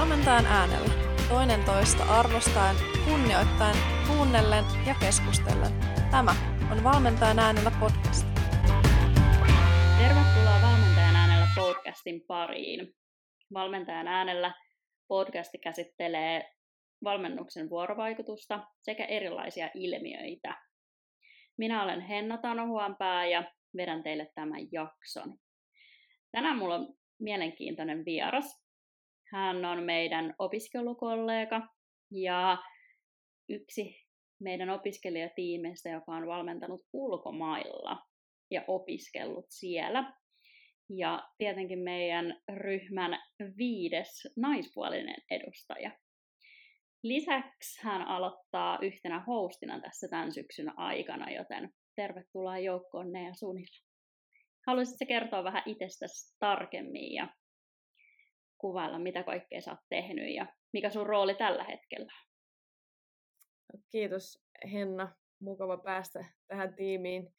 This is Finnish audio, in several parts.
Valmentajan äänellä. Toinen toista arvostaen, kunnioittaen, kuunnellen ja keskustellen. Tämä on Valmentajan äänellä podcast. Tervetuloa Valmentajan äänellä podcastin pariin. Valmentajan äänellä podcasti käsittelee valmennuksen vuorovaikutusta sekä erilaisia ilmiöitä. Minä olen Henna Tanohuanpää ja vedän teille tämän jakson. Tänään mulla on mielenkiintoinen vieras. Hän on meidän opiskelukollega ja yksi meidän opiskelijatiimeistä, joka on valmentanut ulkomailla ja opiskellut siellä. Ja tietenkin meidän ryhmän 5. naispuolinen edustaja. Lisäksi hän aloittaa yhtenä hostina tässä tämän syksyn aikana, joten tervetuloa joukkoon Nea Sunila. Haluaisitko kertoa vähän itsestäsi tarkemmin ja kuvailla, mitä kaikkea sä oot tehnyt ja mikä sun rooli tällä hetkellä on? Kiitos Henna, mukava päästä tähän tiimiin.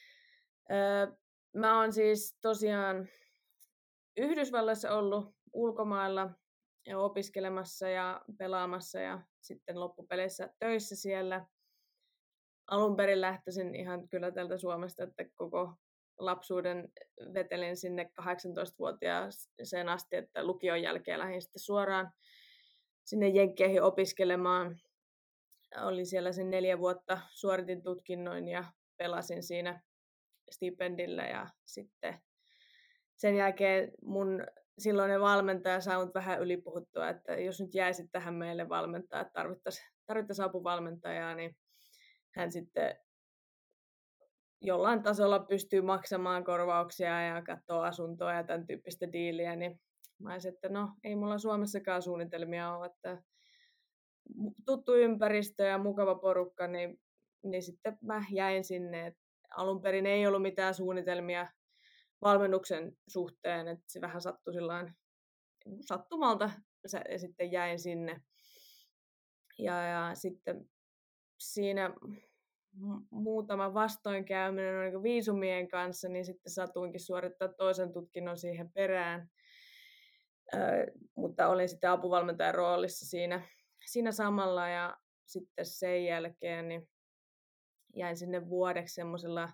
Mä oon siis tosiaan Yhdysvalloissa ollut ulkomailla ja opiskelemassa ja pelaamassa ja sitten loppupeleissä töissä siellä. Alun perin lähtöisin ihan kyllä täältä Suomesta, että koko lapsuuden vetelin sinne 18-vuotiaaseen asti, että lukion jälkeen lähdin sitten suoraan sinne Jenkkeihin opiskelemaan. Olin siellä sen 4 vuotta, suoritin tutkinnoin ja pelasin siinä stipendillä ja sitten sen jälkeen mun silloinen valmentaja sai mut vähän ylipuhuttua, että jos nyt jäisit tähän meille valmentaa, että tarvittaisiin apuvalmentajaa, niin hän sitten jollain tasolla pystyy maksamaan korvauksia ja katsoo asuntoa ja tämän tyyppistä diiliä, niin mä olisin, että no ei mulla Suomessakaan suunnitelmia ole, että tuttu ympäristö ja mukava porukka, niin sitten mä jäin sinne. Et alun perin ei ollut mitään suunnitelmia valmennuksen suhteen, että se vähän sattui sillain sattumalta ja sitten jäin sinne. Ja sitten siinä muutama vastoinkäyminen niin viisumien kanssa, niin sitten satuinkin suorittaa toisen tutkinnon siihen perään. Mutta olin sitten apuvalmentajan roolissa siinä samalla ja sitten sen jälkeen niin jäin sinne vuodeksi semmoisella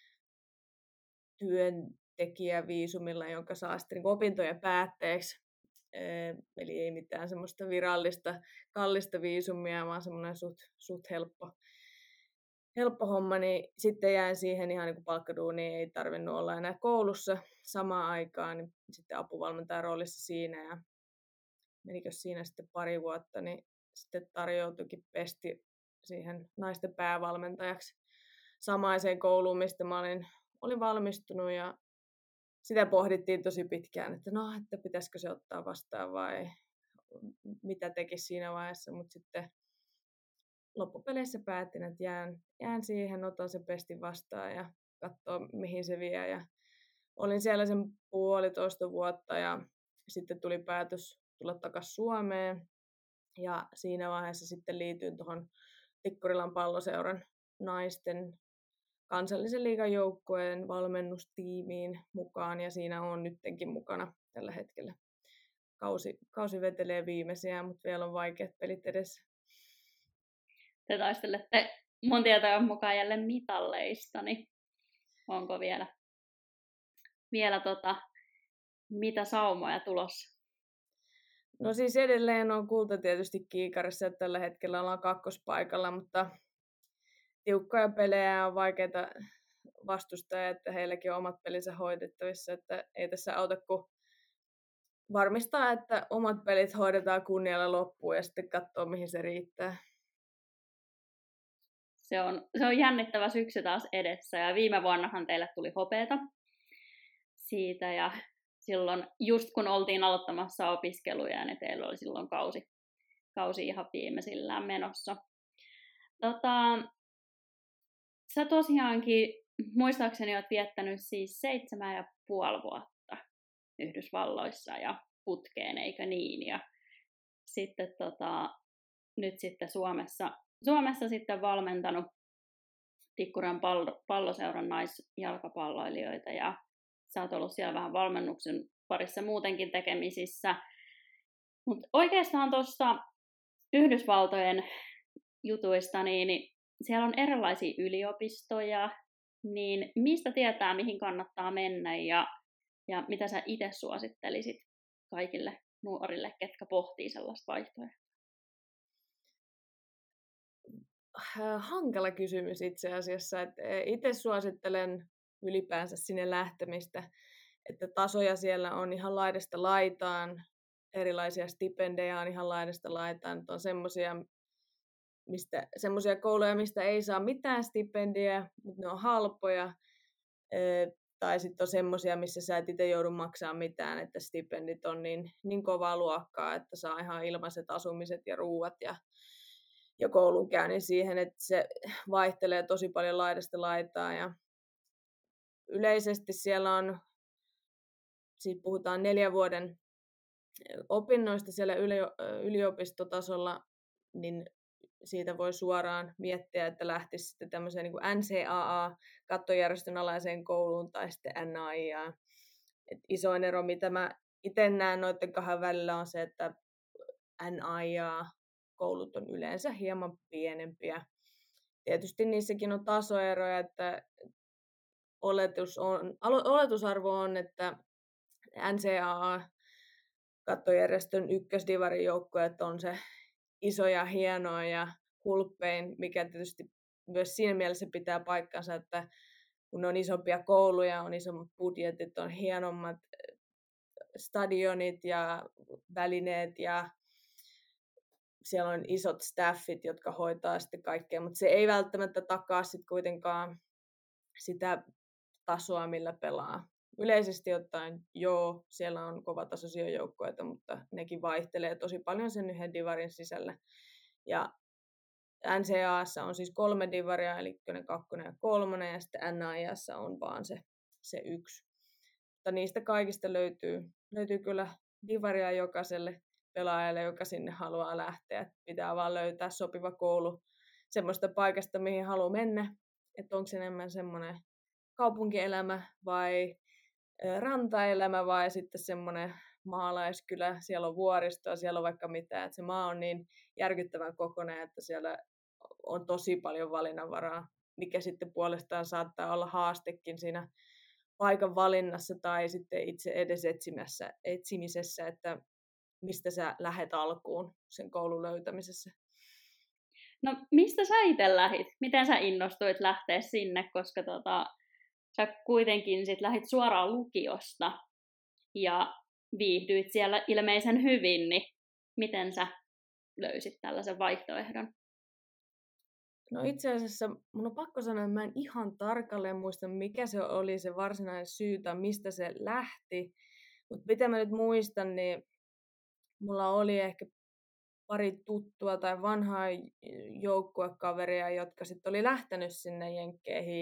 työntekijäviisumilla, jonka saa sitten niin opintojen päätteeksi. Eli ei mitään semmoista virallista, kallista viisumia, vaan semmoinen suht helppo homma, niin sitten jäin siihen ihan niin kuin palkkaduuniin, ei tarvinnut olla enää koulussa samaan aikaan, niin sitten apuvalmentajan roolissa siinä ja menikö siinä sitten 2 vuotta, niin sitten tarjoutuikin pesti siihen naisten päävalmentajaksi samaiseen kouluun, mistä mä olin valmistunut ja sitä pohdittiin tosi pitkään, että että pitäisikö se ottaa vastaan vai mitä tekisi siinä vaiheessa, mutta sitten loppupeleissä päätin, että jään siihen, otan se pesti vastaan ja katsoo mihin se vie ja olin siellä sen 1,5 vuotta ja sitten tuli päätös tulla takaisin Suomeen ja siinä vaiheessa sitten liityin tuohon Tikkurilan Palloseuran naisten kansallisen liigan joukkueen valmennustiimiin mukaan ja siinä on nyttenkin mukana tällä hetkellä. Kausi vetelee viimeisiä, mutta vielä on vaikeat pelit edessä. Te taistelette mun tietojen mukaan jälleen mitalleista, niin onko vielä mitä saumoja tulossa? No siis edelleen on kulta tietysti kiikarissa, että tällä hetkellä ollaan 2. paikalla, mutta tiukkoja pelejä on vaikeita vastustajia, että heilläkin on omat pelinsä hoidettavissa, että ei tässä auta kuin varmistaa, että omat pelit hoidetaan kunnialla loppuun ja sitten katsoa, mihin se riittää. Se on jännittävä syksy taas edessä ja viime vuonnahan teille tuli hopeata siitä ja silloin just kun oltiin aloittamassa opiskeluja, niin teillä oli silloin kausi ihan viimeisillään menossa. Sä tosiaankin muistaakseni olet viettänyt siis 7,5 vuotta Yhdysvalloissa ja putkeen, eikö niin? Ja sitten nyt sitten Suomessa sitten valmentanut Tikkurilan Palloseuran naisjalkapalloilijoita ja sä oot ollut siellä vähän valmennuksen parissa muutenkin tekemisissä. Mutta oikeastaan tuosta Yhdysvaltojen jutuista, niin siellä on erilaisia yliopistoja, niin mistä tietää, mihin kannattaa mennä ja mitä sä itse suosittelisit kaikille nuorille, ketkä pohtii sellaista vaihtoehtoa? Hankala kysymys itse asiassa. Itse suosittelen ylipäänsä sinne lähtemistä, että tasoja siellä on ihan laidasta laitaan, erilaisia stipendejä on ihan laidasta laitaan, on semmoisia kouluja, mistä ei saa mitään stipendiä, mutta ne on halpoja, tai sitten on semmoisia, missä sä et itse joudu maksaa mitään, että stipendit on niin kovaa luokkaa, että saa ihan ilmaiset asumiset ja ruuat ja koulunkäynnin siihen, että se vaihtelee tosi paljon laidasta laitaan. Ja yleisesti siellä on, siis puhutaan 4 vuoden opinnoista siellä yliopistotasolla, niin siitä voi suoraan miettiä, että lähtisi sitten tämmöiseen niin kuin NCAA-kattojärjestön alaiseen kouluun tai sitten NAIA. Et isoin ero, mitä mä itse näen noiden 2 välillä, on se, että NAIA-koulut on yleensä hieman pienempiä. Tietysti niissäkin on tasoeroja, että oletusarvo on, että NCAA-kattojärjestön ykkösdivarin joukkueet on se iso ja hienoa ja hulppein, mikä tietysti myös siinä mielessä pitää paikkansa, että kun on isompia kouluja, on isommat budjetit, on hienommat stadionit ja välineet ja siellä on isot staffit, jotka hoitaa sitten kaikkea, mutta se ei välttämättä takaa sitten kuitenkaan sitä tasoa, millä pelaa. Yleisesti ottaen, joo, siellä on kovatasoisia joukkoja, mutta nekin vaihtelee tosi paljon sen yhden divarin sisällä. Ja NCAA:ssa on siis 3 divaria, eli 1, 2 ja 3, ja sitten NAIA:ssa on vaan se 1. Mutta niistä kaikista löytyy kyllä divaria jokaiselle pelaajalle, joka sinne haluaa lähteä. Pitää vaan löytää sopiva koulu semmoista paikasta, mihin haluaa mennä. Että onko se enemmän semmoinen kaupunkielämä vai rantaelämä vai sitten semmoinen maalaiskylä, siellä on vuoristoa, siellä on vaikka mitä, että se maa on niin järkyttävän kokoinen, että siellä on tosi paljon valinnanvaraa, mikä sitten puolestaan saattaa olla haastekin siinä paikan valinnassa tai sitten itse edes etsimisessä, että mistä sä lähet alkuun sen koulun löytämisessä. No mistä sä itse lähit? Miten sä innostuit lähteä sinne, koska sä kuitenkin sit lähit suoraan lukiosta ja viihdyit siellä ilmeisen hyvin, niin miten sä löysit tällaisen vaihtoehdon? No itse asiassa mun on pakko sanoa, että mä en ihan tarkalleen muista, mikä se oli se varsinainen syy tai mistä se lähti. Mutta mitä mä nyt muistan, niin mulla oli ehkä pari tuttua tai vanhaa joukkuekaveria, jotka sitten oli lähtenyt sinne Jenkkeihin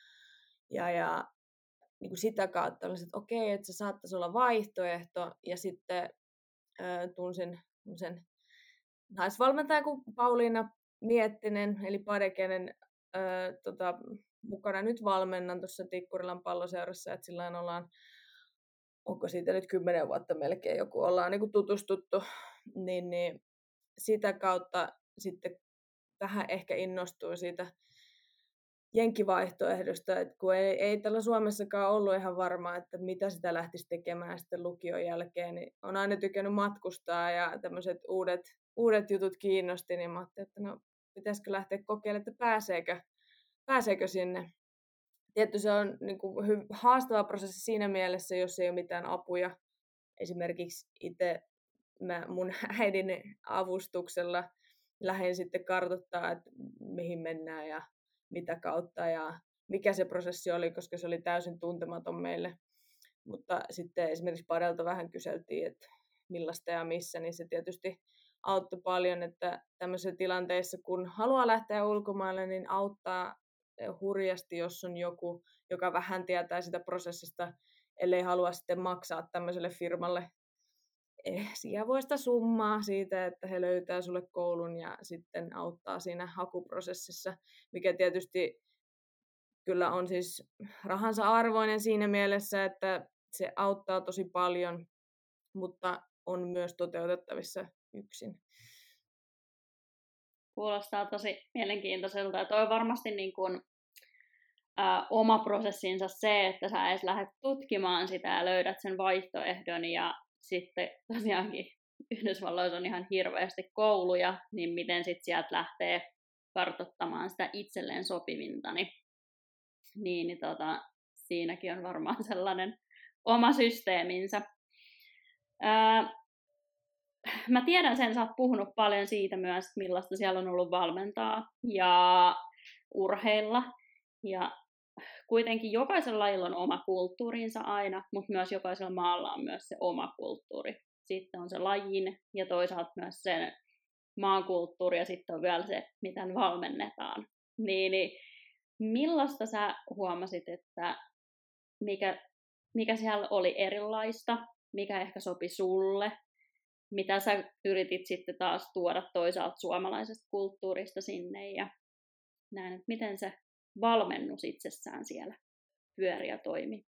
ja niin kuin sitä kautta oli, että okei, että se saattaisi olla vaihtoehto. Ja sitten tunsin sen naisvalmentaja kuin Pauliina Miettinen, eli Padekenen, mukana nyt valmennan tuossa Tikkurilan Palloseurassa, että sillä ollaan, onko siitä nyt 10 vuotta melkein joku, ollaan niin kuin tutustuttu, niin sitä kautta sitten vähän ehkä innostui siitä jenkkivaihtoehdosta, että kun ei tällä Suomessakaan ollut ihan varmaa, että mitä sitä lähtisi tekemään sitten lukion jälkeen, niin on aina tykännyt matkustaa ja tämmöiset uudet jutut kiinnosti, niin mä ajattelin, että no pitäisikö lähteä kokeilemaan, että pääseekö sinne. Tietty se on niin kuin haastava prosessi siinä mielessä, jos ei ole mitään apuja. Esimerkiksi itse mun äidin avustuksella lähdin sitten kartoittaa, että mihin mennään ja mitä kautta ja mikä se prosessi oli, koska se oli täysin tuntematon meille. Mutta sitten esimerkiksi Padelta vähän kyseltiin, että millaista ja missä, niin se tietysti auttoi paljon, että tämmöisissä tilanteissa, kun haluaa lähteä ulkomaille, niin auttaa hurjasti, jos on joku, joka vähän tietää sitä prosessista, ellei halua sitten maksaa tämmöiselle firmalle sijavoista summaa siitä, että he löytää sulle koulun ja sitten auttaa siinä hakuprosessissa, mikä tietysti kyllä on siis rahansa arvoinen siinä mielessä, että se auttaa tosi paljon, mutta on myös toteutettavissa yksin. Kuulostaa tosi mielenkiintoiselta. Ja toi on varmasti niin kuin, oma prosessinsa se, että sä edes lähdet tutkimaan sitä ja löydät sen vaihtoehdon. Ja sitten tosiaankin Yhdysvalloissa on ihan hirveästi kouluja, niin miten sitten sieltä lähtee kartoittamaan sitä itselleen sopivinta. Niin siinäkin on varmaan sellainen oma systeeminsä. Mä tiedän sen, sä oot puhunut paljon siitä myös, millaista siellä on ollut valmentaa ja urheilla. Ja kuitenkin jokaisella lajilla on oma kulttuurinsa aina, mutta myös jokaisella maalla on myös se oma kulttuuri. Sitten on se lajin ja toisaalta myös sen maan kulttuuri ja sitten on vielä se, miten valmennetaan. Niin millaista sä huomasit, että mikä siellä oli erilaista, mikä ehkä sopi sulle, mitä sä yritit sitten taas tuoda toisaalta suomalaisesta kulttuurista sinne ja näin, että miten se valmennus itsessään siellä pyöri ja toimi?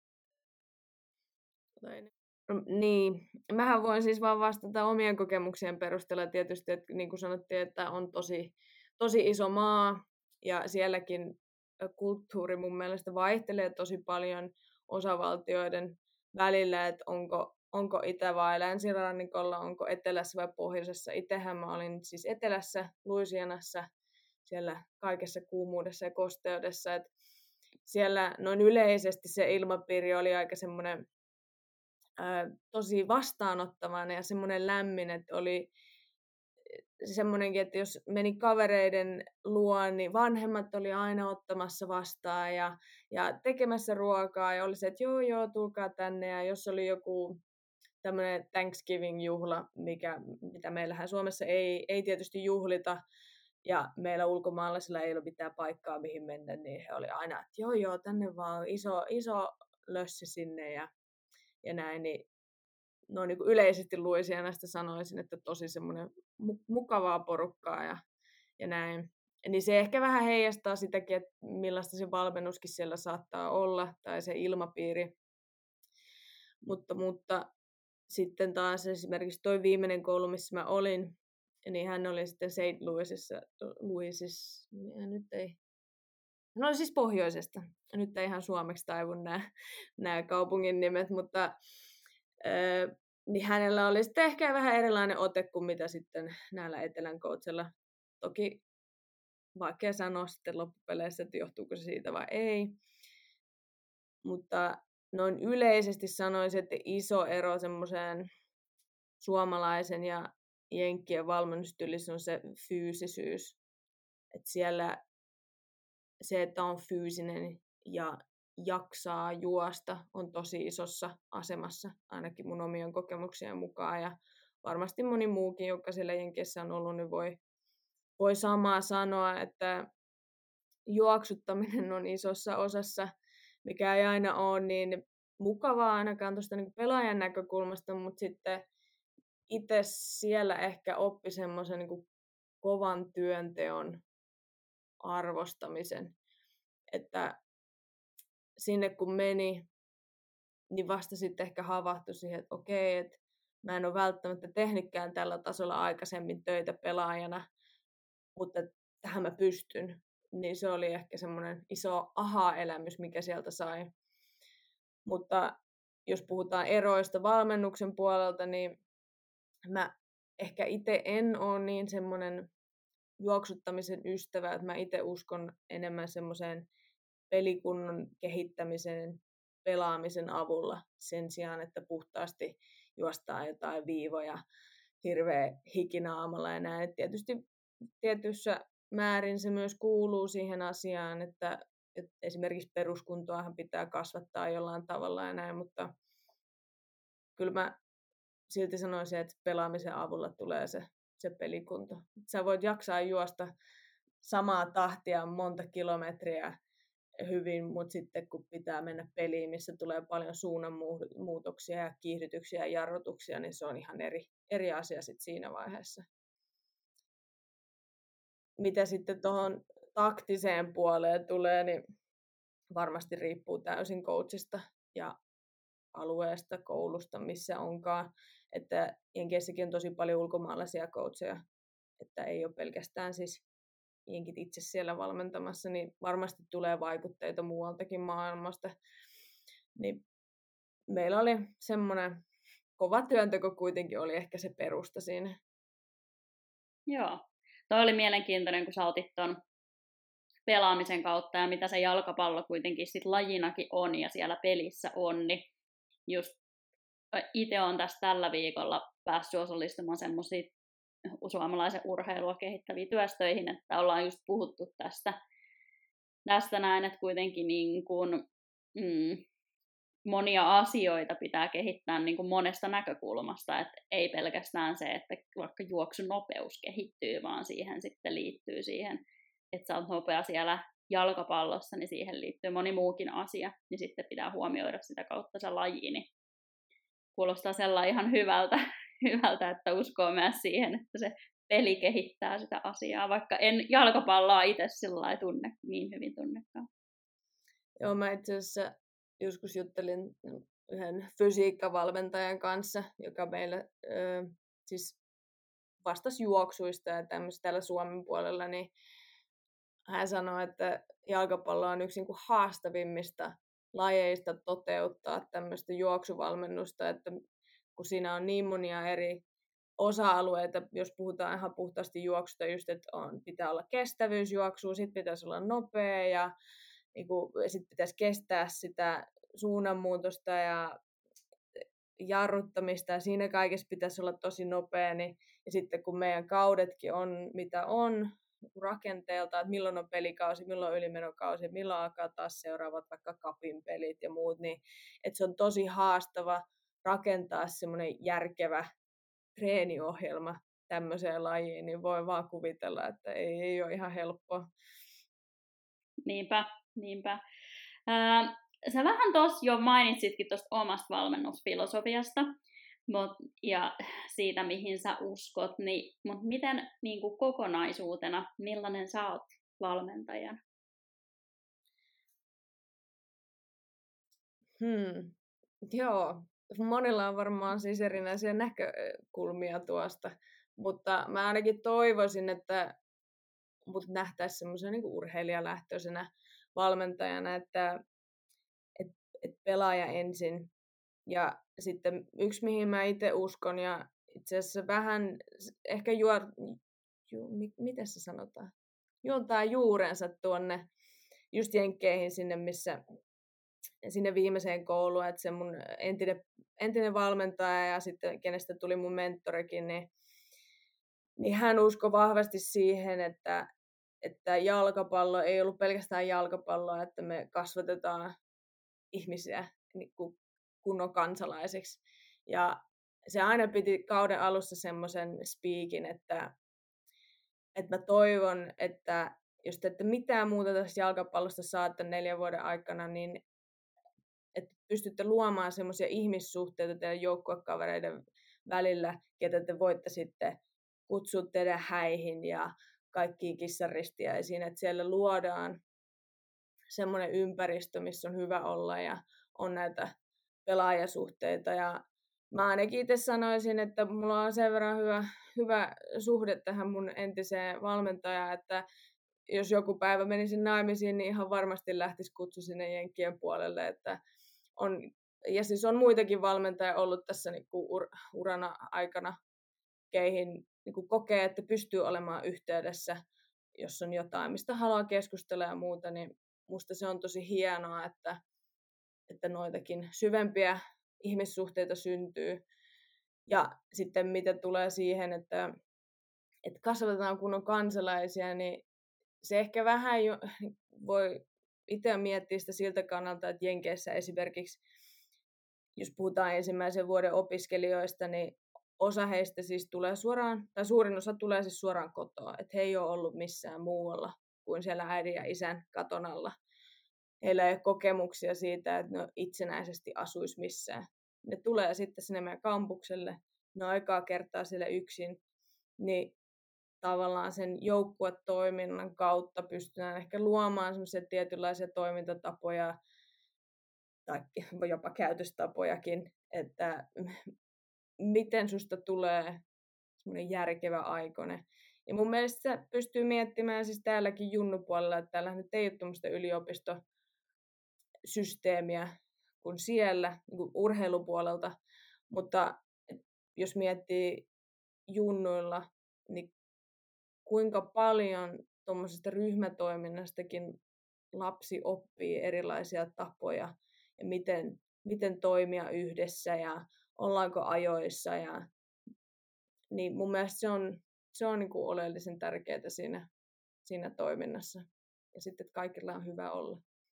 Niin, mähän voin siis vaan vastata omien kokemuksien perusteella tietysti, että niin kuin sanottiin, että on tosi iso maa ja sielläkin kulttuuri mun mielestä vaihtelee tosi paljon osavaltioiden välillä, että onko itä- vai länsirannikolla, onko etelässä vai pohjoisessa. Itsehän mä olin siis etelässä, Louisianassa, siellä kaikessa kuumuudessa ja kosteudessa. Et siellä noin yleisesti se ilmapiiri oli aika semmoinen tosi vastaanottavainen ja semmoinen lämmin, että oli semmoinenkin, että jos meni kavereiden luo, niin vanhemmat oli aina ottamassa vastaan ja tekemässä ruokaa ja oli se, että joo, tulkaa tänne. Ja jos oli joku tämmöinen Thanksgiving-juhla, mitä meillähän Suomessa ei tietysti juhlita, ja meillä ulkomaalaisilla ei ole mitään paikkaa, mihin mennä, niin he oli aina, että joo, tänne vaan iso lössi sinne ja näin. Niin no niin kuin yleisesti Louisianasta sanoisin, että tosi semmoinen mukavaa porukkaa ja näin. Niin se ehkä vähän heijastaa sitäkin, että millaista se valmennuskin siellä saattaa olla, tai se ilmapiiri. Mutta sitten taas esimerkiksi toi viimeinen koulu, missä mä olin, niin hän oli sitten St. Louisissa, hän oli siis pohjoisesta. Nyt ei ihan suomeksi taivu nämä kaupungin nimet, mutta niin hänellä oli sitten ehkä vähän erilainen ote kuin mitä sitten näillä etelän coachilla. Toki vaikea sanoa sitten loppupeleissä, että johtuuko se siitä vai ei. Mutta noin yleisesti sanoisin, että iso ero semmoiseen suomalaisen ja jenkkien valmennustyylissä on se fyysisyys. Että siellä se, että on fyysinen ja jaksaa juosta, on tosi isossa asemassa, ainakin mun omien kokemuksien mukaan. Ja varmasti moni muukin, joka siellä Jenkeissä on ollut, niin voi samaa sanoa, että juoksuttaminen on isossa osassa, mikä ei aina ole niin mukavaa ainakaan tuosta niin pelaajan näkökulmasta, mutta sitten itse siellä ehkä oppi semmoisen niin kovan työnteon arvostamisen, että sinne kun meni, niin vasta sitten ehkä havahtui siihen, että okei, että mä en ole välttämättä tehnytkään tällä tasolla aikaisemmin töitä pelaajana, mutta tähän mä pystyn. Niin se oli ehkä semmoinen iso aha-elämys, mikä sieltä sai. Mutta jos puhutaan eroista valmennuksen puolelta, niin mä ehkä itse en ole niin semmoinen juoksuttamisen ystävä, että mä itse uskon enemmän semmoiseen pelikunnon kehittämiseen pelaamisen avulla sen sijaan, että puhtaasti juostaan jotain viivoja hirveä hikinaamalla ja näin. Et tietysti tietyssä määrin se myös kuuluu siihen asiaan, että esimerkiksi peruskuntoahan pitää kasvattaa jollain tavalla ja näin, mutta kyllä mä silti sanoisin, että pelaamisen avulla tulee se pelikunto. Sä voit jaksaa juosta samaa tahtia monta kilometriä hyvin, mutta sitten kun pitää mennä peliin, missä tulee paljon suunnanmuutoksia ja kiihdytyksiä ja jarrutuksia, niin se on ihan eri asia sitten siinä vaiheessa. Mitä sitten tuohon taktiseen puoleen tulee, niin varmasti riippuu täysin coachista ja alueesta, koulusta, missä onkaan. että Jenkeissäkin on tosi paljon ulkomaalaisia coacheja, että ei ole pelkästään siis jenkit itse siellä valmentamassa, niin varmasti tulee vaikutteita muualtakin maailmasta. Niin meillä oli semmoinen kova työnteko kuitenkin oli ehkä se perusta siinä. Joo. Toi oli mielenkiintoinen, kun sä otit ton pelaamisen kautta ja mitä se jalkapallo kuitenkin sit lajinakin on ja siellä pelissä on, niin just itse olen tässä tällä viikolla päässyt osallistumaan semmoisiin suomalaisen urheilua kehittäviin työstöihin, että ollaan just puhuttu tästä näin, että kuitenkin niin kuin, monia asioita pitää kehittää niin kuin monesta näkökulmasta, että ei pelkästään se, että vaikka juoksunopeus kehittyy, vaan siihen sitten liittyy siihen, että sä oot nopea siellä jalkapallossa, niin siihen liittyy moni muukin asia, niin sitten pitää huomioida sitä kautta se laji, niin kuulostaa sellainen ihan hyvältä, että uskoo myös siihen, että se peli kehittää sitä asiaa, vaikka en jalkapalloa itse sillä tunne, niin hyvin tunnekaan. Joo, mä itse asiassa joskus juttelin yhden fysiikkavalmentajan kanssa, joka meillä siis vastasi juoksuista ja tämmöistä täällä Suomen puolella, niin hän sanoi, että jalkapallo on yksi niin haastavimmista lajeista toteuttaa tämmöistä juoksuvalmennusta, että kun siinä on niin monia eri osa-alueita, jos puhutaan ihan puhtaasti juoksusta, just, että pitää olla kestävyysjuoksua, sitten pitäisi olla nopea ja niin sitten pitäisi kestää sitä suunnanmuutosta ja jarruttamista ja siinä kaikessa pitäisi olla tosi nopea. Niin, ja sitten kun meidän kaudetkin on mitä on rakenteelta, että milloin on pelikausi, milloin on ylimenokausi, milloin alkaa taas seuraavat vaikka cupin pelit ja muut, niin että se on tosi haastava rakentaa semmoinen järkevä treeniohjelma tämmöiseen lajiin, niin voi vaan kuvitella, että ei ole ihan helppoa. Niinpä. Sä vähän tuossa jo mainitsitkin tuosta omasta valmennusfilosofiasta ja siitä, mihin sä uskot, mutta miten niin kuin kokonaisuutena, millainen sä oot valmentajana? Joo, monilla on varmaan siis erinäisiä näkökulmia tuosta, mutta mä ainakin toivoisin, että mut nähtäisiin semmoisena niin kuin urheilijalähtöisenä valmentajana, että pelaaja ensin. Ja sitten yksi, mihin mä itse uskon, ja itse asiassa vähän ehkä miten se sanotaan? Juontaa juurensa tuonne just Jenkkeihin sinne, sinne viimeiseen kouluun, että se mun entinen valmentaja ja sitten kenestä tuli mun mentorikin, niin hän uskoi vahvasti siihen, että jalkapallo ei ollut pelkästään jalkapalloa, että me kasvatetaan ihmisiä niin kuin kunnon kansalaisiksi. Ja se aina piti kauden alussa semmoisen speakin, että mä toivon, että jos te ette mitään muuta tästä jalkapallosta saatte 4 vuoden aikana, niin että pystytte luomaan semmoisia ihmissuhteita teidän joukkuekavereiden välillä, ketä te voitte sitten kutsua teidän häihin ja kaikkiin kissaristiäisiin, että siellä luodaan semmoinen ympäristö, missä on hyvä olla ja on näitä pelaajasuhteita. Ja mä ainakin itse sanoisin, että mulla on sen verran hyvä suhde tähän mun entiseen valmentajaan, että jos joku päivä menisin naimisiin, niin ihan varmasti lähtisi kutsu sinne Jenkkien puolelle. Ja siis on muitakin valmentajia ollut tässä niinku urana aikana, keihin niinku kokee, että pystyy olemaan yhteydessä, jos on jotain, mistä haluaa keskustella ja muuta, niin musta se on tosi hienoa, että noitakin syvempiä ihmissuhteita syntyy. Ja sitten mitä tulee siihen, että kasvatetaan kunnon kansalaisia, niin se ehkä vähän voi itse miettiä sitä siltä kannalta, että Jenkeissä esimerkiksi, jos puhutaan ensimmäisen vuoden opiskelijoista, niin osa heistä siis tulee suoraan, tai suurin osa tulee siis suoraan kotoa, että he ei ole ollut missään muualla kuin siellä äidin ja isän katon alla. Heillä ei ole kokemuksia siitä, että ne itsenäisesti asuisi missään. Ne tulee sitten sinne meidän kampukselle, ne on aikaa kertaa siellä yksin, niin tavallaan sen joukkuetoiminnan kautta pystytään ehkä luomaan semmoisia tietynlaisia toimintatapoja tai jopa käytöstapojakin, että miten susta tulee semmoinen järkevä aikuinen. Ja mun mielestä sitä pystyy miettimään siis täälläkin junnupuolella, että täällä nyt ei ole tämmöistä yliopistosysteemiä kuin siellä niin kuin urheilupuolelta, mutta jos miettii junnuilla, niin kuinka paljon tuommoisesta ryhmätoiminnastakin lapsi oppii erilaisia tapoja ja miten toimia yhdessä ja ollaanko ajoissa. Niin mun mielestä se on niin kuin oleellisen tärkeää siinä toiminnassa. Ja sitten, että kaikilla on hyvä olla.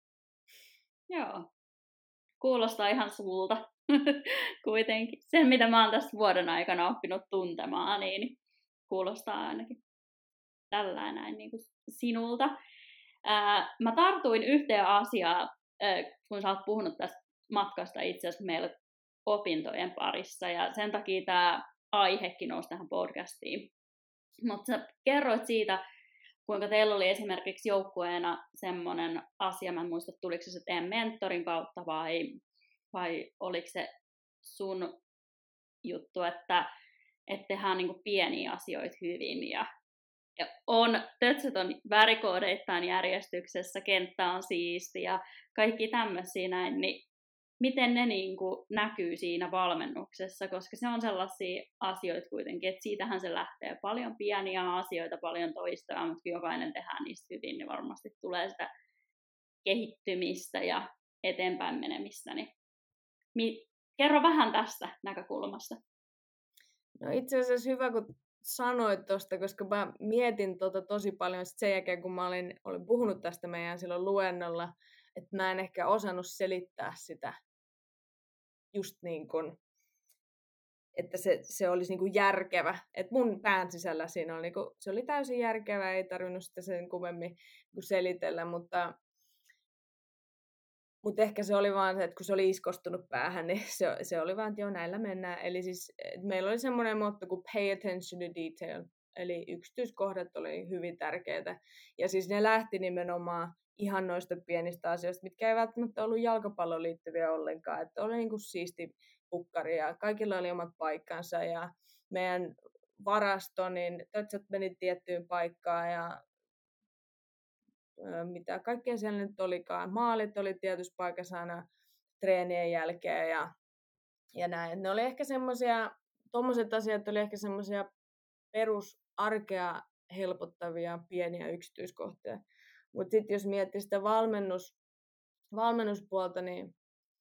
Joo. Kuulostaa ihan sulta kuitenkin. Sen, mitä mä oon tässä vuoden aikana oppinut tuntemaan, niin kuulostaa ainakin tällä näin niin kuin sinulta. Mä tartuin yhteen asiaan, kun sä oot puhunut tästä matkasta itse asiassa meillä opintojen parissa, ja sen takia tämä aihekin nousi tähän podcastiin. Mutta sä kerroit siitä, kuinka teillä oli esimerkiksi joukkueena semmoinen asia, mä en muista, tuliko se teidän mentorin kautta vai oliko se sun juttu, että tehdään niinku pieniä asioita hyvin ja tötset on värikoodeittain järjestyksessä, kenttä on siisti ja kaikki tämmöisiä näin, niin miten ne niinku näkyy siinä valmennuksessa, koska se on sellaisia asioita kuitenkin, että siitähän se lähtee paljon pieniä asioita, paljon toistavaa, mutta kun jokainen tehdään niistä hyvin, niin varmasti tulee sitä kehittymistä ja eteenpäin menemistä. Niin kerro vähän tästä näkökulmasta. No itse asiassa hyvä, kun sanoit tuosta, koska mä mietin tosi paljon sen jälkeen, kun mä olin puhunut tästä meidän silloin luennolla, että mä en ehkä osannut selittää sitä just niin kuin, että se olisi niin kuin järkevä. Että mun pään sisällä siinä oli, niin kuin, se oli täysin järkevä, ei tarvinnut sitä sen kummemmin selitellä, mutta ehkä se oli vaan se, että kun se oli iskostunut päähän, niin se oli vaan, että joo, näillä mennään. Eli siis meillä oli semmoinen motto kuin pay attention to detail, eli yksityiskohdat oli hyvin tärkeitä. Ja siis ne lähti nimenomaan ihan noista pienistä asioista, mitkä ei välttämättä ollut jalkapalloon liittyviä ollenkaan. Että oli niin kuin siisti pukkari ja kaikilla oli omat paikkansa ja meidän varasto, niin tötsät meni tiettyyn paikkaan ja mitä kaikkea siellä nyt olikaan. Maalit oli tietyssä paikassa aina treenien jälkeen ja näin. Ne oli ehkä semmoisia, tommoset asiat oli ehkä semmoisia perusarkea helpottavia pieniä yksityiskohtia. Mutta sitten jos miettii sitä valmennuspuolta, niin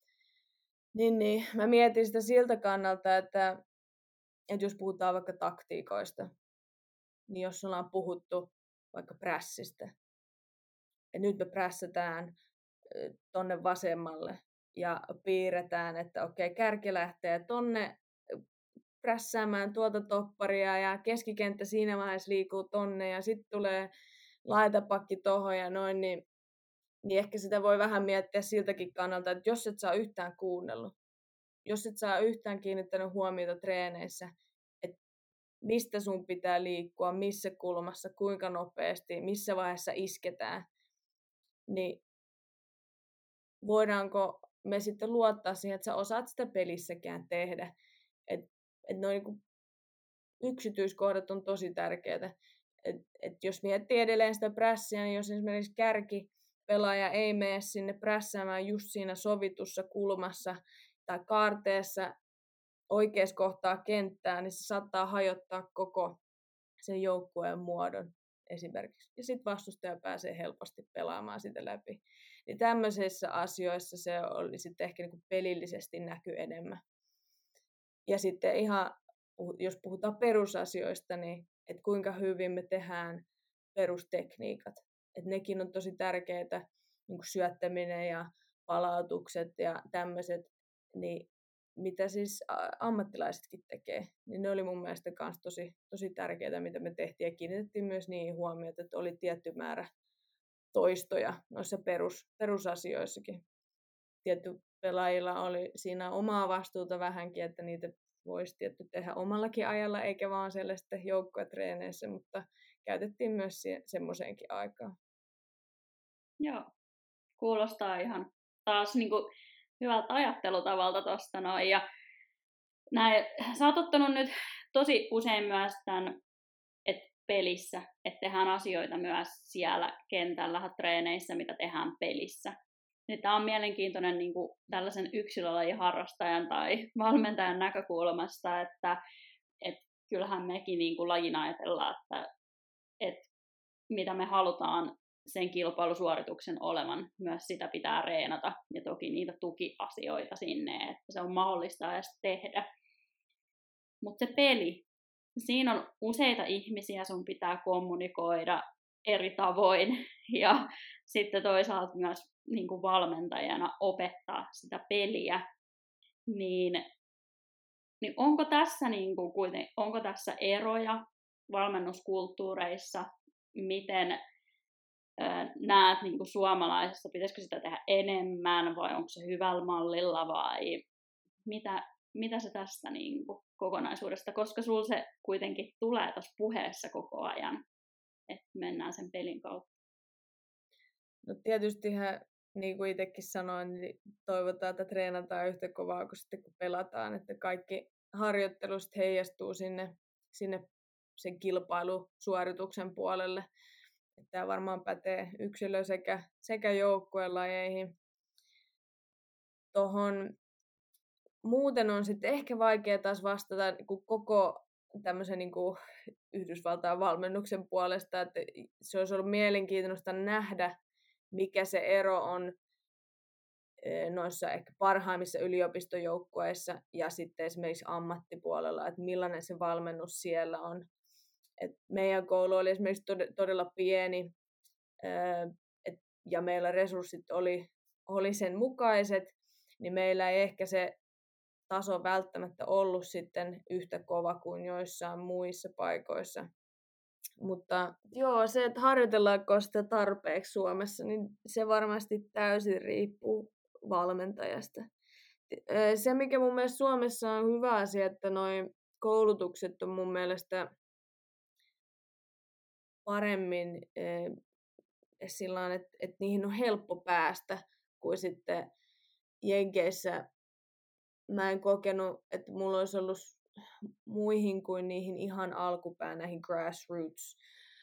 mä mietin sitä siltä kannalta, että jos puhutaan vaikka taktiikoista, niin jos ollaan puhuttu vaikka prässistä, ja nyt me prässätään tonne vasemmalle ja piirretään, että okei, kärki lähtee tonne prässäämään tuolta topparia ja keskikenttä siinä vaiheessa liikuu tonne ja sitten tulee laitapakki tohon ja noin, niin ehkä sitä voi vähän miettiä siltäkin kannalta, että jos et saa yhtään kuunnellut, jos et saa yhtään kiinnittänyt huomiota treeneissä, että mistä sun pitää liikkua, missä kulmassa, kuinka nopeasti, missä vaiheessa isketään, niin voidaanko me sitten luottaa siihen, että sä osaat sitä pelissäkään tehdä. Että noin niin yksityiskohdat on tosi tärkeitä. Et jos miettii edelleen sitä prässiä, niin jos esimerkiksi kärkipelaaja ei mene sinne prässäämään just siinä sovitussa kulmassa tai kaarteessa oikeassa kohtaa kenttää, niin se saattaa hajottaa koko sen joukkueen muodon esimerkiksi. Ja sitten vastustaja pääsee helposti pelaamaan sitä läpi. Niin tämmöisissä asioissa se oli sitten ehkä niinku pelillisesti näky enemmän. Ja sitten ihan, jos puhutaan perusasioista, niin että kuinka hyvin me tehdään perustekniikat. Että nekin on tosi tärkeitä, niin kuin syöttäminen ja palautukset ja tämmöiset, niin mitä siis ammattilaisetkin tekee, niin ne oli mun mielestä myös tosi tärkeitä, mitä me tehtiin, ja kiinnitettiin myös niihin huomiota, että oli tietty määrä toistoja noissa perusasioissakin. Tietty pelaajilla oli siinä omaa vastuuta vähänkin, että niitä voisi tietty tehdä omallakin ajalla, eikä vaan sellaista joukkuetreeneissä, mutta käytettiin myös semmoiseenkin aikaa. Joo, kuulostaa ihan taas niin kuin hyvältä ajattelutavalta tuosta noin. Ja Sä oot ottanut nyt tosi usein myös tämän, että pelissä, että tehdään asioita myös siellä kentällä, treeneissä, mitä tehdään pelissä. Tämä on mielenkiintoinen niin kuin tällaisen yksilölajiharrastajan tai valmentajan näkökulmasta, että kyllähän mekin niin kuin lajina ajatellaan, että mitä me halutaan sen kilpailusuorituksen olevan, myös sitä pitää reenata ja toki niitä tukiasioita sinne, että se on mahdollista edes tehdä. Mutta se peli, siinä on useita ihmisiä, sun pitää kommunikoida eri tavoin ja sitten toisaalta myös niin kuin valmentajana opettaa sitä peliä, niin onko tässä, niin kuin onko tässä eroja valmennuskulttuureissa, miten näet niin kuin suomalaisessa, pitäisikö sitä tehdä enemmän vai onko se hyvällä mallilla vai mitä se tästä niin kuin kokonaisuudesta, koska sulla se kuitenkin tulee tässä puheessa koko ajan, että mennään sen pelin kautta. No tietystihän, niin kuin itsekin sanoin, niin toivotaan, että treenataan yhtä kovaa kuin sitten kun pelataan, että kaikki harjoittelusta heijastuu sinne sen kilpailusuorituksen puolelle. Tämä varmaan pätee yksilö- sekä joukkuelajeihin. Muuten on sitten ehkä vaikea taas vastata niin koko tämmöisen niin kuin Yhdysvaltain valmennuksen puolesta, että se olisi ollut mielenkiintoista nähdä, mikä se ero on noissa ehkä parhaimmissa yliopistojoukkueissa ja sitten esimerkiksi ammattipuolella, että millainen se valmennus siellä on. Et meidän koulu oli esimerkiksi todella pieni ja meillä resurssit oli sen mukaiset, niin meillä ei ehkä se taso välttämättä ollut sitten yhtä kova kuin joissain muissa paikoissa. Mutta joo, se, että harjoitellaanko sitä tarpeeksi Suomessa, niin se varmasti täysin riippuu valmentajasta. Se, mikä mun mielestä Suomessa on hyvä asia, että noi koulutukset on mun mielestä paremmin sillä että niihin on helppo päästä, kuin sitten Jenkeissä mä en kokenut, että mulla olisi ollut muihin kuin niihin ihan alkupään näihin grassroots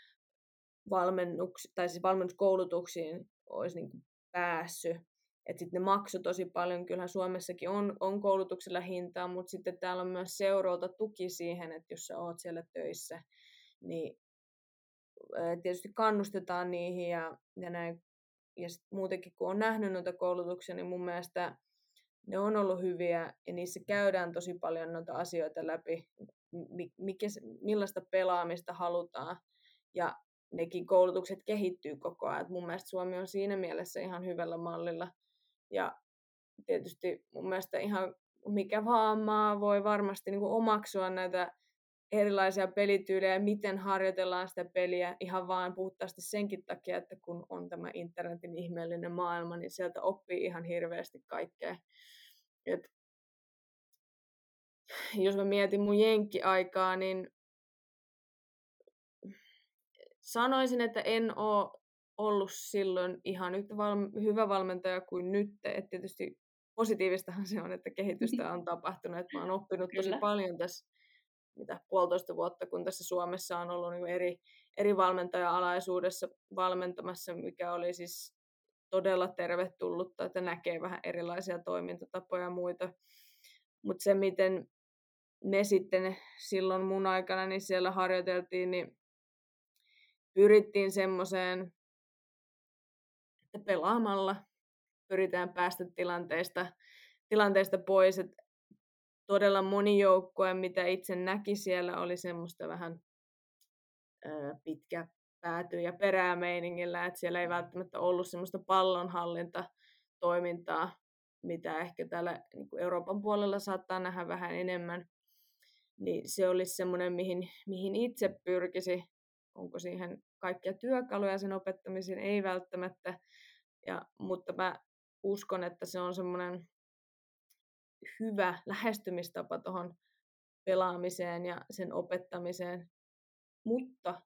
valmennuskoulutuksiin olisi niin kuin päässyt. Että sitten ne maksoi tosi paljon. Kyllähän Suomessakin on koulutuksella hintaa, mutta sitten täällä on myös seuralta tuki siihen, että jos sä oot siellä töissä, niin tietysti kannustetaan niihin ja näin. Ja muutenkin, kun on nähnyt noita koulutuksia, niin mun mielestä ne on ollut hyviä ja niissä käydään tosi paljon noita asioita läpi, millaista pelaamista halutaan. Ja nekin koulutukset kehittyy koko ajan. Et mun mielestä Suomi on siinä mielessä ihan hyvällä mallilla. Ja tietysti mun mielestä ihan mikä vaan maa voi varmasti niin kuin omaksua näitä erilaisia pelityylejä ja miten harjoitellaan sitä peliä ihan vaan puhtaasti senkin takia, että kun on tämä internetin ihmeellinen maailma, niin sieltä oppii ihan hirveästi kaikkea. Et jos mä mietin mun jenkki-aikaa, niin sanoisin, että en ole ollut silloin ihan yhtä hyvä valmentaja kuin nyt. Et tietysti positiivistahan se on, että kehitystä on tapahtunut. Et mä oon oppinut tosi paljon tässä 1,5 vuotta, kun tässä Suomessa on ollut niin eri valmentaja-alaisuudessa valmentamassa, mikä oli siis todella tervetullutta, että näkee vähän erilaisia toimintatapoja ja muita. Mutta se, miten me sitten silloin mun aikana niin siellä harjoiteltiin, niin pyrittiin semmoiseen, että pelaamalla pyritään päästä tilanteesta pois. Et todella moni joukkue, mitä itse näki siellä, oli semmoista vähän pitkä pääty- ja peräämeiningillä, että siellä ei välttämättä ollut semmoista pallonhallintatoimintaa, mitä ehkä täällä niin kuin Euroopan puolella saattaa nähdä vähän enemmän. Niin se olisi semmoinen, mihin itse pyrkisi. Onko siihen kaikkia työkaluja sen opettamiseen? Ei välttämättä. Mutta mä uskon, että se on semmoinen hyvä lähestymistapa tuohon pelaamiseen ja sen opettamiseen. Mutta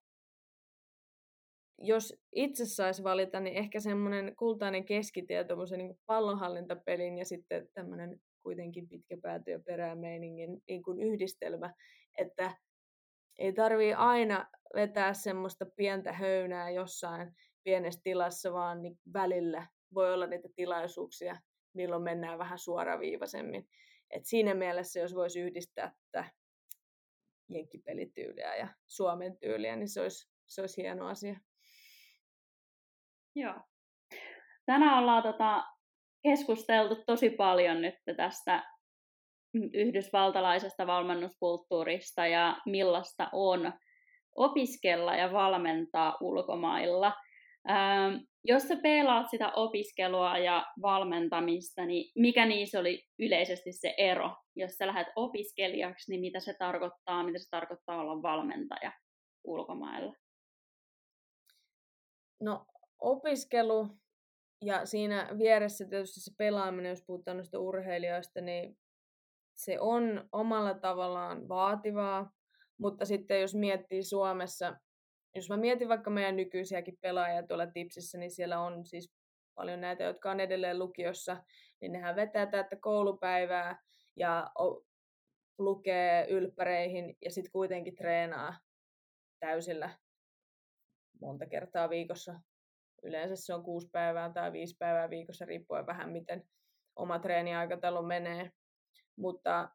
jos itse saisi valita, niin ehkä semmoinen kultainen keskitie tuommoisen niin pallonhallintapelin ja sitten tämmöinen kuitenkin pitkä pääty ja perämeiningin niin kuin yhdistelmä, että ei tarvii aina vetää semmoista pientä höynää jossain pienessä tilassa, vaan niin välillä voi olla niitä tilaisuuksia, milloin mennään vähän suoraviivaisemmin. Et siinä mielessä, jos voisi yhdistää tätä jenkkipelityyliä ja Suomen tyyliä, niin se olisi hieno asia. Joo. Tänään ollaan keskusteltu tosi paljon nyt tästä yhdysvaltalaisesta valmennuskulttuurista ja millaista on opiskella ja valmentaa ulkomailla. Jos sä peilaat sitä opiskelua ja valmentamista, niin mikä niissä oli yleisesti se ero? Jos sä lähdet opiskelijaksi, niin mitä se tarkoittaa olla valmentaja ulkomailla? No opiskelu ja siinä vieressä tietysti se pelaaminen, jos puhutaan noista urheilijoista, niin se on omalla tavallaan vaativaa, mutta sitten jos miettii Suomessa, jos mä mietin vaikka meidän nykyisiäkin pelaajia tuolla Tipsissä, niin siellä on siis paljon näitä, jotka on edelleen lukiossa, niin nehän vetää tätä koulupäivää ja lukee ylppäreihin ja sitten kuitenkin treenaa täysillä monta kertaa viikossa. Yleensä se on 6 päivää tai 5 päivää viikossa, riippuen vähän miten oma treeniaikataulu menee. Mutta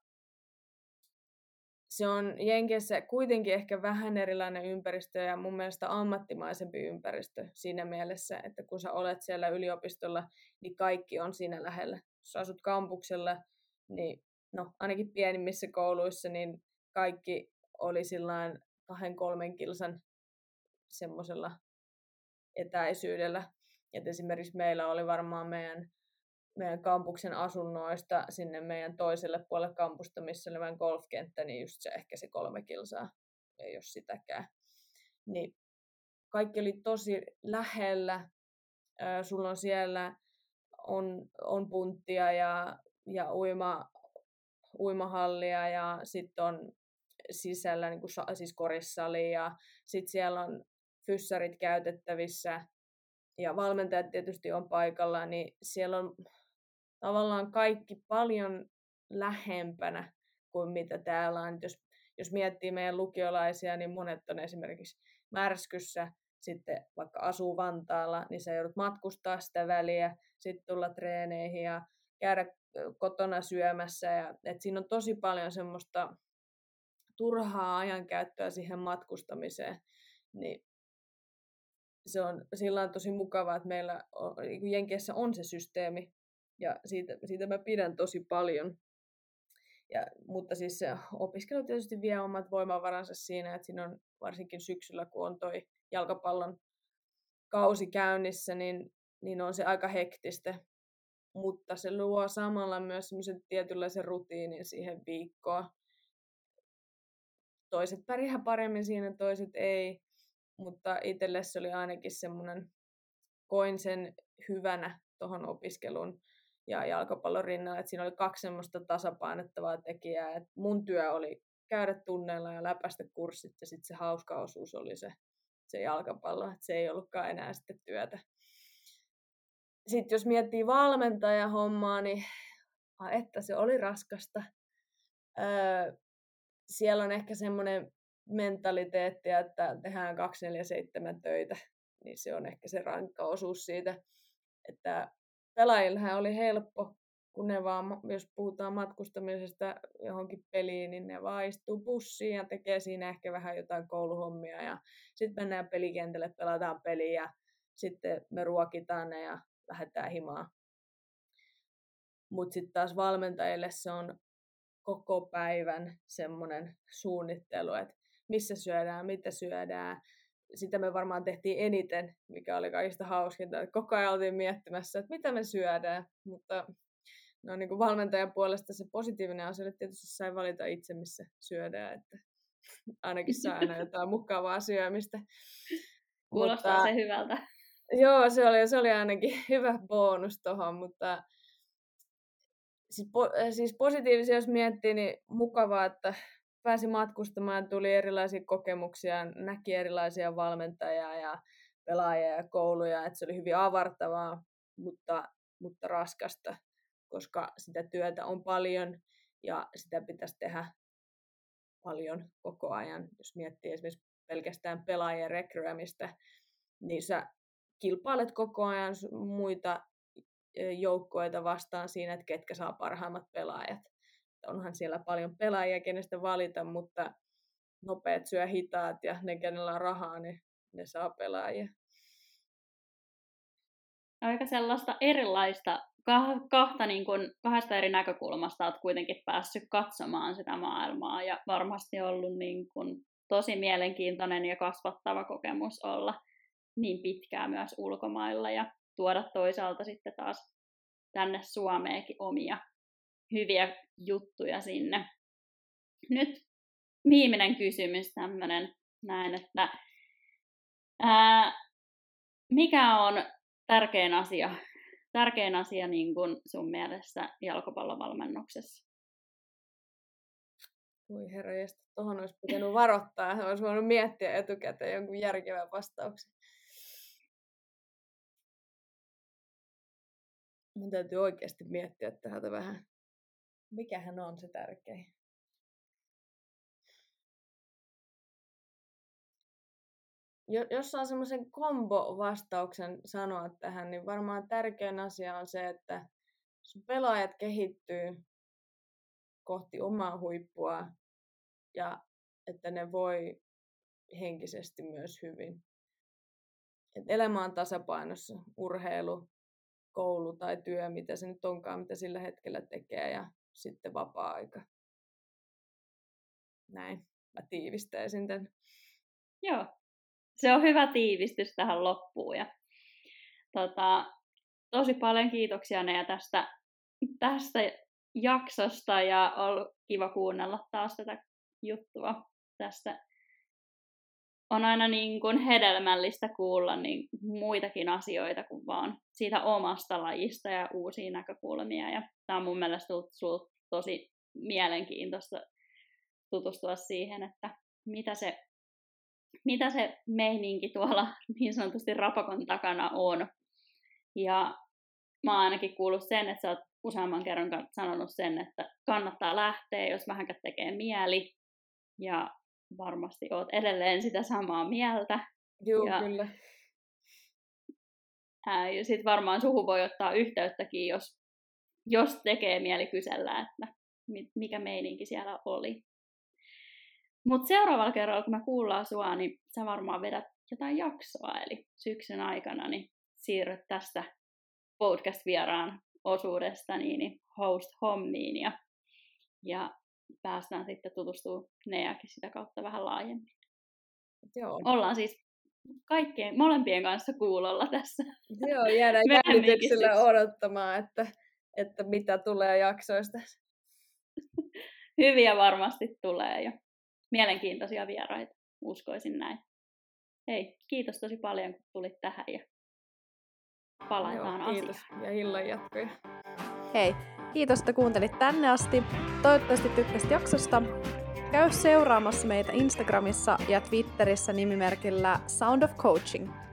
se on Jenkeissä kuitenkin ehkä vähän erilainen ympäristö ja mun mielestä ammattimaisempi ympäristö siinä mielessä, että kun sä olet siellä yliopistolla, niin kaikki on siinä lähellä. Jos asut kampuksella, niin no ainakin pienimmissä kouluissa, niin kaikki oli sillain 2-3 kilsan semmoisella etäisyydellä. Et esimerkiksi meillä oli varmaan meidän kampuksen asunnoista sinne meidän toiselle puolelle kampusta, missä oli meidän golfkenttä, niin just se ehkä se 3 kilsaa, ei ole sitäkään. Niin kaikki oli tosi lähellä. Sulla on siellä on punttia ja uimahallia ja sitten on sisällä niin kuin, siis korissali ja sitten siellä on fyssarit käytettävissä ja valmentajat tietysti on paikalla, niin siellä on tavallaan kaikki paljon lähempänä kuin mitä täällä on. Jos miettii meidän lukiolaisia, niin monet on esimerkiksi Märskyssä, sitten vaikka asuu Vantaalla, niin sä joudut matkustaa sitä väliä, sitten tulla treeneihin ja käydä kotona syömässä. Et siinä on tosi paljon semmoista turhaa ajankäyttöä siihen matkustamiseen. Niin se on sillä on tosi mukavaa, että meillä Jenkeissä on se systeemi, ja siitä mä pidän tosi paljon. Mutta siis se opiskelu tietysti vie omat voimavaransa siinä, että siinä on varsinkin syksyllä, kun on toi jalkapallon kausi käynnissä, niin on se aika hektistä. Mutta se luo samalla myös semmoisen tietynlaisen rutiinin siihen viikkoon. Toiset pärjää paremmin siinä, toiset ei. Mutta itselle se oli ainakin semmoinen, koin sen hyvänä tuohon opiskelun ja jalkapallon rinnalla, että siinä oli 2 semmoista tasapainottavaa tekijää. Et mun työ oli käydä tunneilla ja läpäistä kurssit ja sitten se hauska osuus oli se jalkapallo, että se ei ollutkaan enää sitten työtä. Sitten jos miettii valmentajahommaa, niin että se oli raskasta. Siellä on ehkä semmoinen mentaliteetti, että tehdään 24/7 töitä, niin se on ehkä se rankka osuus siitä, että pelaajillähän oli helppo, kun ne vaan, jos puhutaan matkustamisesta johonkin peliin, niin ne vaan istuu bussiin ja tekee siinä ehkä vähän jotain kouluhommia ja sitten mennään pelikentälle, pelataan peliä ja sitten me ruokitaan ne ja lähdetään himaan. Mutta sitten taas valmentajille se on koko päivän semmoinen suunnittelu, että missä syödään, mitä syödään. Sitä me varmaan tehtiin eniten, mikä oli kaikista hauskinta. Koko ajan oltiin miettimässä, että mitä me syödään. Mutta no, niin kuin valmentajan puolesta se positiivinen asia, että tietysti sai valita itse, missä syödään. Että ainakin saa aina jotain mukavaa syömistä. Kuulostaa se hyvältä. Joo, se oli ainakin hyvä bonus tuohon, mutta siis positiivisia, jos miettii, niin mukavaa, että pääsi matkustamaan, tuli erilaisia kokemuksia, näki erilaisia valmentajia ja pelaajia ja kouluja, että se oli hyvin avartavaa, mutta raskasta. koska sitä työtä on paljon ja sitä pitäisi tehdä paljon koko ajan. Jos miettii esimerkiksi pelkästään pelaajien rekryämistä, niin sä kilpailet koko ajan muita joukkoita vastaan siinä, että ketkä saa parhaimmat pelaajat. Onhan siellä paljon pelaajia, kenestä valita, mutta nopeat syö hitaat ja ne, kenellä on rahaa, niin ne saa pelaajia. Aika sellaista erilaista, kahdesta eri näkökulmasta olet kuitenkin päässyt katsomaan sitä maailmaa ja varmasti ollut niin kuin tosi mielenkiintoinen ja kasvattava kokemus olla niin pitkään myös ulkomailla ja tuoda toisaalta sitten taas tänne Suomeenkin omia hyviä juttuja sinne. Nyt viimeinen kysymys tämmöinen näin, että mikä on tärkein asia niin kuin sun mielestä jalkapallovalmennuksessa? Voi herranjestas, tuohon olisi pitänyt varoittaa. Olisi voinut miettiä etukäteen jonkun järkevän vastauksen. Mun täytyy oikeasti miettiä täältä vähän. Mikähän on se tärkein? Jos saa semmoisen kombo-vastauksen sanoa tähän, niin varmaan tärkein asia on se, että sun pelaajat kehittyy kohti omaa huippua ja että ne voi henkisesti myös hyvin. Et elämä on tasapainossa, urheilu, koulu tai työ, mitä se nyt onkaan, mitä sillä hetkellä tekee ja sitten vapaa-aika. Näin, mä tiivistäisin tämän. Joo. Se on hyvä tiivistys tähän loppuun. Ja, tosi paljon kiitoksia Nea tästä jaksosta ja on ollut kiva kuunnella taas tätä juttua. Tästä on aina niin kuin hedelmällistä kuulla niin muitakin asioita kuin vaan siitä omasta lajista ja uusia näkökulmia. Ja tämä on mun mielestä tosi mielenkiintoista tutustua siihen, että mitä se meininki tuolla niin sanotusti rapakon takana on. Ja mä oon ainakin kuullut sen, että sä oot useamman kerran sanonut sen, että kannattaa lähteä, jos vähänkään tekee mieli. Ja varmasti oot edelleen sitä samaa mieltä. Joo, kyllä. Ja sit varmaan suhun voi ottaa yhteyttäkin, jos tekee mieli kysellä, että mikä meininki siellä oli. Mutta seuraavalla kerralla, kun me kuullaan sua, niin sä varmaan vedät jotain jaksoa, eli syksyn aikana niin siirryt tästä podcast-vieraan osuudesta niin host-hommiin ja päästään sitten tutustumaan Neakin sitä kautta vähän laajemmin. Joo. Ollaan siis molempien kanssa kuulolla tässä. Joo, jäädään jännityksellä odottamaan, että mitä tulee jaksoista. Hyviä varmasti tulee ja mielenkiintoisia vieraita, uskoisin näin. Hei, kiitos tosi paljon, kun tulit tähän ja palataan asiaan. Kiitos ja illan jatkoja. Hei, kiitos, että kuuntelit tänne asti. Toivottavasti tykkäsit jaksosta. Käy seuraamassa meitä Instagramissa ja Twitterissä nimimerkillä Sound of Coaching.